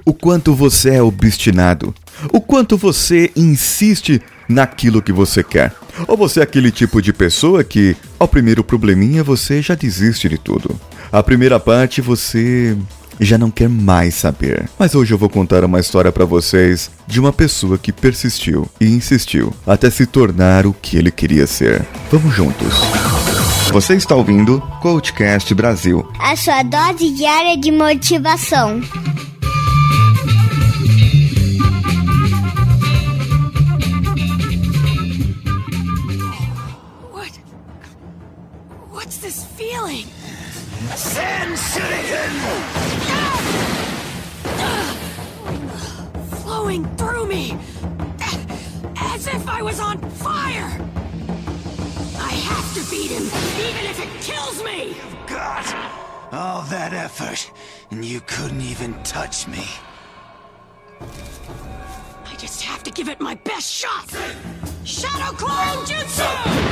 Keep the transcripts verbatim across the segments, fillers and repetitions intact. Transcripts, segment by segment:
o quanto você é obstinado, o quanto você insiste naquilo que você quer. Ou você é aquele tipo de pessoa que, ao primeiro probleminha, você já desiste de tudo. A primeira parte você já não quer mais saber. Mas hoje eu vou contar uma história pra vocês de uma pessoa que persistiu e insistiu até se tornar o que ele queria ser. Vamos juntos. Você está ouvindo Coachcast Brasil, a sua dose diária de motivação. What? What's this feeling? Sand Shuriken! Flowing through me, as if I was on fire. I have to beat him, even if it kills me! God, all that effort, and you couldn't even touch me. I just have to give it my best shot! Shadow Clone Jutsu!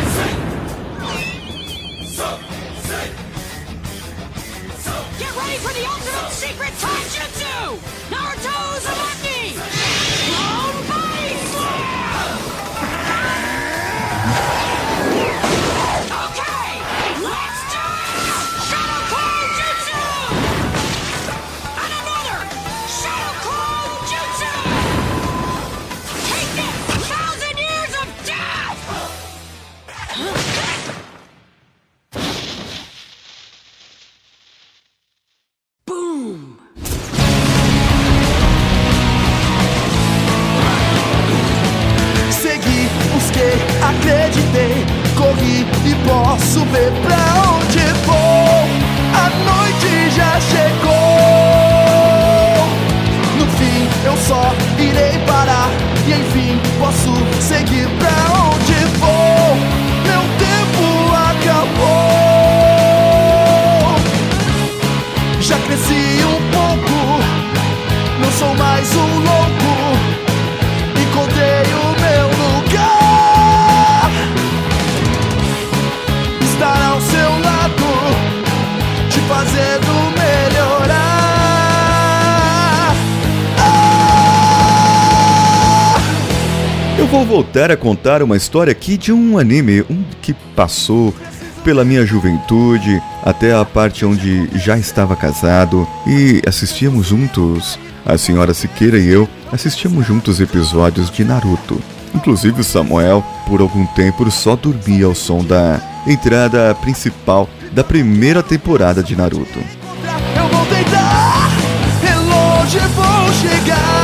Get ready for the ultimate secret taijutsu! Naruto Uzumaki! Clone Body Slam! Okay, let's do it! Shadow Clone Jutsu! And another! Shadow Clone Jutsu! Take this! Thousand years of death! Boom! Segui, busquei, acreditei, corri e posso ver pra onde vou. A noite já chegou. No fim eu só irei parar e enfim posso seguir pra onde vou. Meu tempo acabou. Já cresci um pouco, não sou mais um louco. Encontrei o meu lugar. Estar ao seu lado, te fazendo melhorar. Ah! Eu vou voltar a contar uma história aqui de um anime um que passou pela minha juventude, até a parte onde já estava casado e assistíamos juntos, a senhora Siqueira e eu, assistíamos juntos episódios de Naruto. Inclusive o Samuel, por algum tempo, só dormia ao som da entrada principal da primeira temporada de Naruto. Eu vou tentar, e longe vou chegar.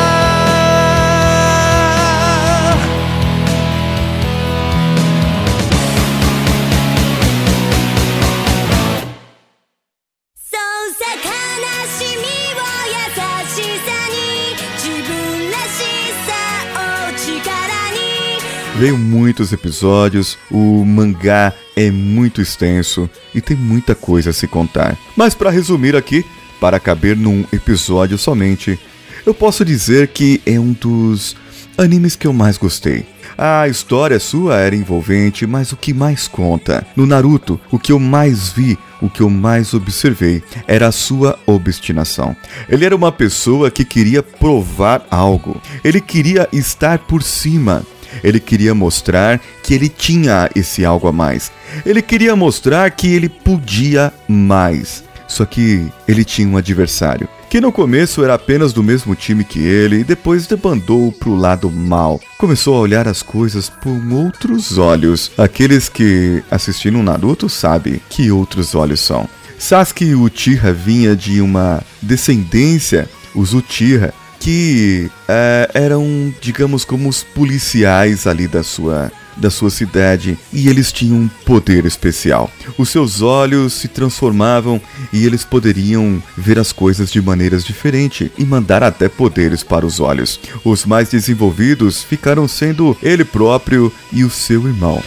Veio muitos episódios, o mangá é muito extenso e tem muita coisa a se contar. Mas para resumir aqui, para caber num episódio somente, eu posso dizer que é um dos animes que eu mais gostei. A história sua era envolvente, mas o que mais conta? No Naruto, o que eu mais vi, o que eu mais observei, era a sua obstinação. Ele era uma pessoa que queria provar algo. Ele queria estar por cima. Ele queria mostrar que ele tinha esse algo a mais. Ele queria mostrar que ele podia mais. Só que ele tinha um adversário, que no começo era apenas do mesmo time que ele e depois debandou pro lado mal. Começou a olhar as coisas por outros olhos. Aqueles que assistiram Naruto sabem que outros olhos são. Sasuke Uchiha vinha de uma descendência, os Uchiha, que é, eram, digamos, como os policiais ali da sua, da sua cidade, e eles tinham um poder especial. Os seus olhos se transformavam e eles poderiam ver as coisas de maneiras diferentes e mandar até poderes para os olhos. Os mais desenvolvidos ficaram sendo ele próprio e o seu irmão.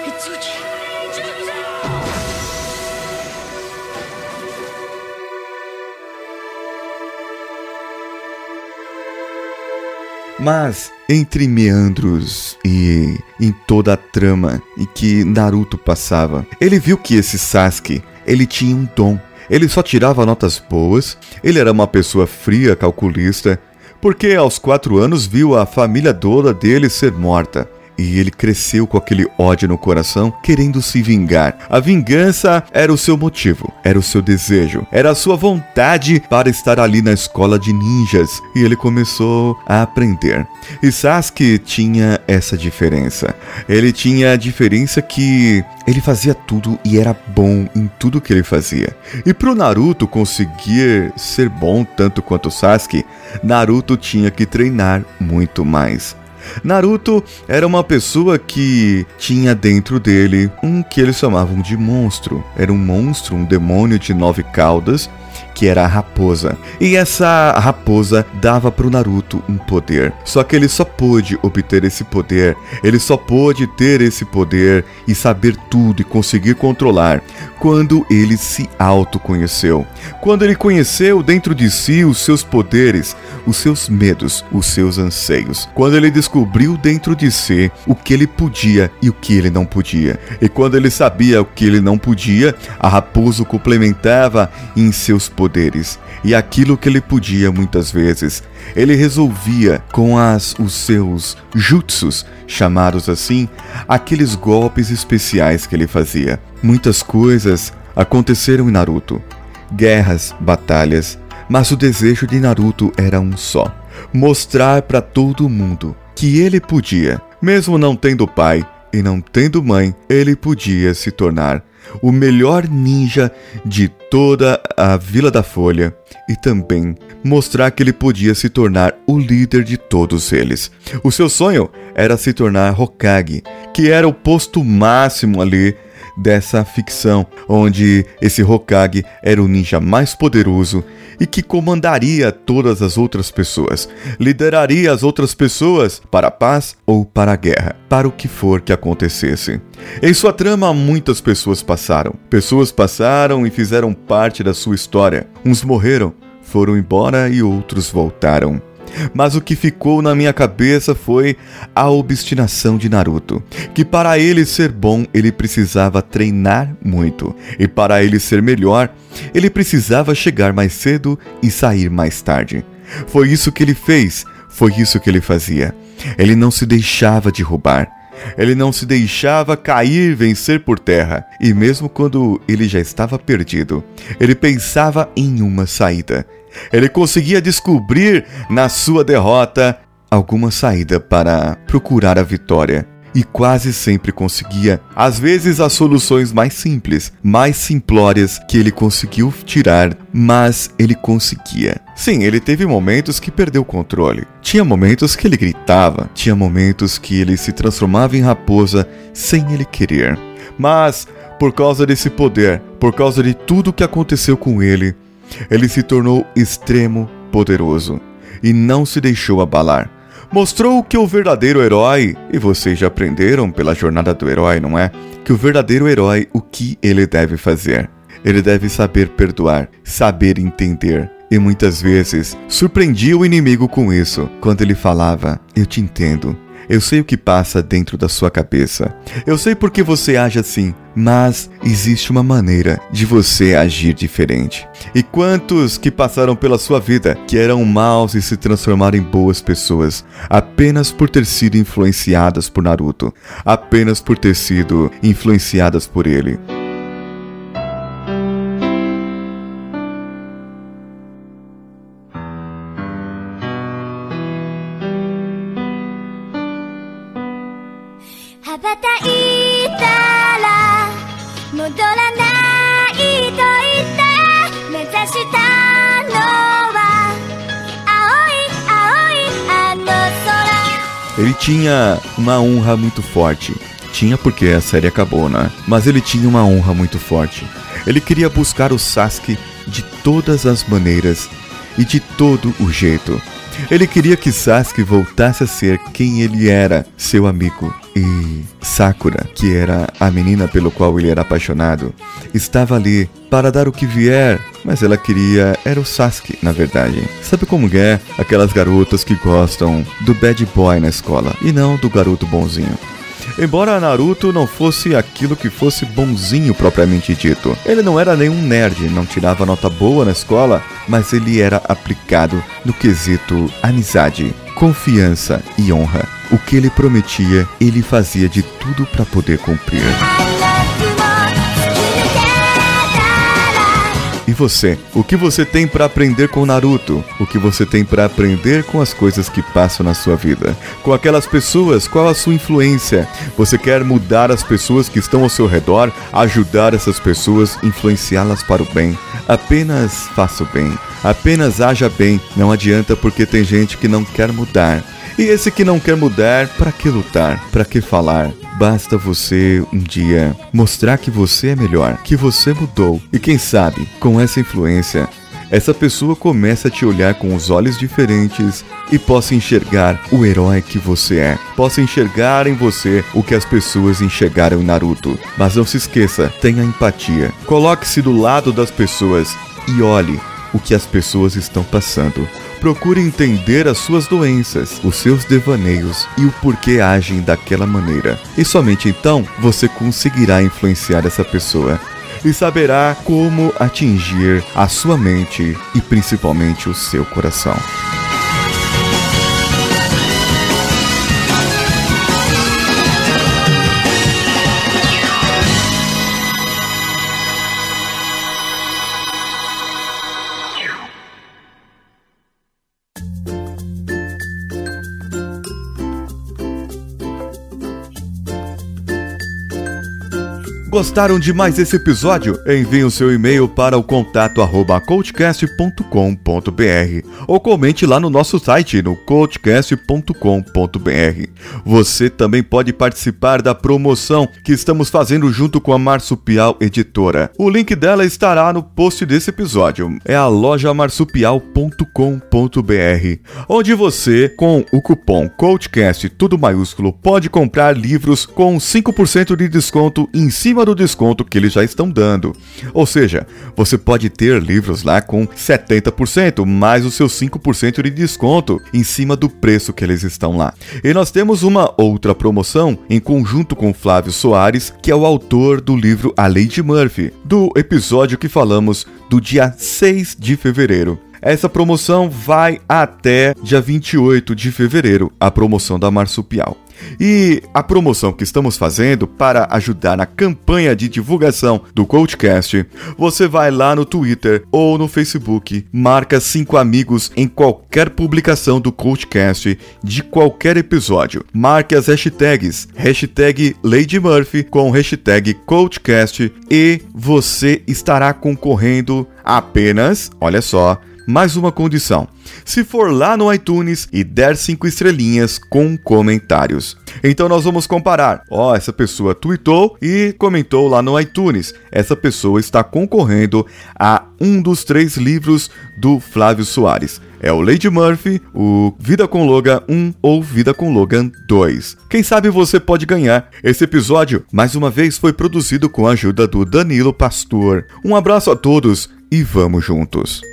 Hitsuki Jutsu! Mas, entre meandros e em toda a trama em que Naruto passava, ele viu que esse Sasuke, ele tinha um dom. Ele só tirava notas boas, ele era uma pessoa fria, calculista, porque aos quatro anos viu a família toda dele ser morta. E ele cresceu com aquele ódio no coração, querendo se vingar. A vingança era o seu motivo, era o seu desejo, era a sua vontade para estar ali na escola de ninjas. E ele começou a aprender. E Sasuke tinha essa diferença. Ele tinha a diferença que ele fazia tudo e era bom em tudo que ele fazia. E pro Naruto conseguir ser bom tanto quanto Sasuke, Naruto tinha que treinar muito mais. Naruto era uma pessoa que tinha dentro dele um que eles chamavam de monstro. Era um monstro, um demônio de nove caudas, que era a raposa. E essa raposa dava para o Naruto um poder. Só que ele só pôde obter esse poder, ele só pôde ter esse poder e saber tudo e conseguir controlar quando ele se autoconheceu. Quando ele conheceu dentro de si os seus poderes, os seus medos, os seus anseios. Quando ele descobriu dentro de si o que ele podia e o que ele não podia. E quando ele sabia o que ele não podia, a raposa o complementava em seus poderes. E aquilo que ele podia muitas vezes, ele resolvia com as, os seus jutsus, chamados assim, aqueles golpes especiais que ele fazia. Muitas coisas aconteceram em Naruto. Guerras, batalhas, mas o desejo de Naruto era um só: mostrar para todo mundo que ele podia, mesmo não tendo pai e não tendo mãe, ele podia se tornar o melhor ninja de toda a Vila da Folha e também mostrar que ele podia se tornar o líder de todos eles. O seu sonho era se tornar Hokage, que era o posto máximo ali dessa ficção, onde esse Hokage era o ninja mais poderoso e que comandaria todas as outras pessoas, lideraria as outras pessoas para a paz ou para a guerra, para o que for que acontecesse. Em sua trama, muitas pessoas passaram. Pessoas passaram e fizeram parte da sua história. Uns morreram, foram embora e outros voltaram. Mas o que ficou na minha cabeça foi a obstinação de Naruto, que para ele ser bom, ele precisava treinar muito, e para ele ser melhor, ele precisava chegar mais cedo e sair mais tarde. Foi isso que ele fez, foi isso que ele fazia. Ele não se deixava derrubar, ele não se deixava cair e vencer por terra, e mesmo quando ele já estava perdido, ele pensava em uma saída. Ele conseguia descobrir na sua derrota alguma saída para procurar a vitória. E quase sempre conseguia. Às vezes as soluções mais simples, mais simplórias que ele conseguiu tirar, mas ele conseguia. Sim, ele teve momentos que perdeu o controle. Tinha momentos que ele gritava, tinha momentos que ele se transformava em raposa sem ele querer. Mas, por causa desse poder, por causa de tudo que aconteceu com ele, ele se tornou extremo poderoso e não se deixou abalar. Mostrou que o verdadeiro herói, e vocês já aprenderam pela jornada do herói, não é? Que o verdadeiro herói, o que ele deve fazer? Ele deve saber perdoar, saber entender. E muitas vezes surpreendia o inimigo com isso, quando ele falava: eu te entendo. Eu sei o que passa dentro da sua cabeça. Eu sei por que você age assim, mas existe uma maneira de você agir diferente. E quantos que passaram pela sua vida que eram maus e se transformaram em boas pessoas apenas por ter sido influenciadas por Naruto, apenas por ter sido influenciadas por ele. Ele tinha uma honra muito forte. Tinha porque a série acabou, né? Mas ele tinha uma honra muito forte. Ele queria buscar o Sasuke de todas as maneiras e de todo o jeito. Ele queria que Sasuke voltasse a ser quem ele era, seu amigo, E Sakura, que era a menina pelo qual ele era apaixonado, estava ali para dar o que vier, mas ela queria era o Sasuke, na verdade. Sabe como é aquelas garotas que gostam do bad boy na escola e não do garoto bonzinho? Embora Naruto não fosse aquilo que fosse bonzinho propriamente dito, ele não era nenhum nerd, não tirava nota boa na escola, mas ele era aplicado no quesito amizade, confiança e honra. O que ele prometia, ele fazia de tudo para poder cumprir. E você? O que você tem para aprender com Naruto? O que você tem para aprender com as coisas que passam na sua vida? Com aquelas pessoas, qual a sua influência? Você quer mudar as pessoas que estão ao seu redor? Ajudar essas pessoas, influenciá-las para o bem? Apenas faça o bem. Apenas haja bem. Não adianta, porque tem gente que não quer mudar. E esse que não quer mudar, para que lutar? Para que falar? Basta você um dia mostrar que você é melhor, que você mudou. E quem sabe, com essa influência, essa pessoa começa a te olhar com os olhos diferentes e possa enxergar o herói que você é. Possa enxergar em você o que as pessoas enxergaram em Naruto. Mas não se esqueça, tenha empatia. Coloque-se do lado das pessoas e olhe o que as pessoas estão passando. Procure entender as suas doenças, os seus devaneios e o porquê agem daquela maneira. E somente então você conseguirá influenciar essa pessoa e saberá como atingir a sua mente e principalmente o seu coração. Gostaram de mais esse episódio? Envie o seu e-mail para o contato arroba coachcast ponto com ponto br ou comente lá no nosso site no coachcast ponto com ponto br. Você também pode participar da promoção que estamos fazendo junto com a Marsupial Editora. O link dela estará no post desse episódio. É a loja marsupial ponto com ponto br, onde você, com o cupom COACHCAST, tudo maiúsculo, pode comprar livros com cinco por cento de desconto em cima do desconto que eles já estão dando. Ou seja, você pode ter livros lá com setenta por cento mais os seus cinco por cento de desconto em cima do preço que eles estão lá. E nós temos uma outra promoção em conjunto com Flávio Soares, que é o autor do livro A Lady Murphy, do episódio que falamos do dia seis de fevereiro. Essa promoção vai até dia vinte e oito de fevereiro, a promoção da Marsupial. E a promoção que estamos fazendo para ajudar na campanha de divulgação do CoachCast, você vai lá no Twitter ou no Facebook, marca cinco amigos em qualquer publicação do CoachCast de qualquer episódio. Marque as hashtags, hashtag Lady Murphy com hashtag CoachCast e você estará concorrendo apenas, olha só, mais uma condição: se for lá no iTunes e der cinco estrelinhas com comentários. Então nós vamos comparar. Ó, oh, essa pessoa tweetou e comentou lá no iTunes. Essa pessoa está concorrendo a um dos três livros do Flávio Soares. É o Lady Murphy, o Vida com Logan um ou Vida com Logan dois. Quem sabe você pode ganhar. Esse episódio, mais uma vez, foi produzido com a ajuda do Danilo Pastor. Um abraço a todos e vamos juntos.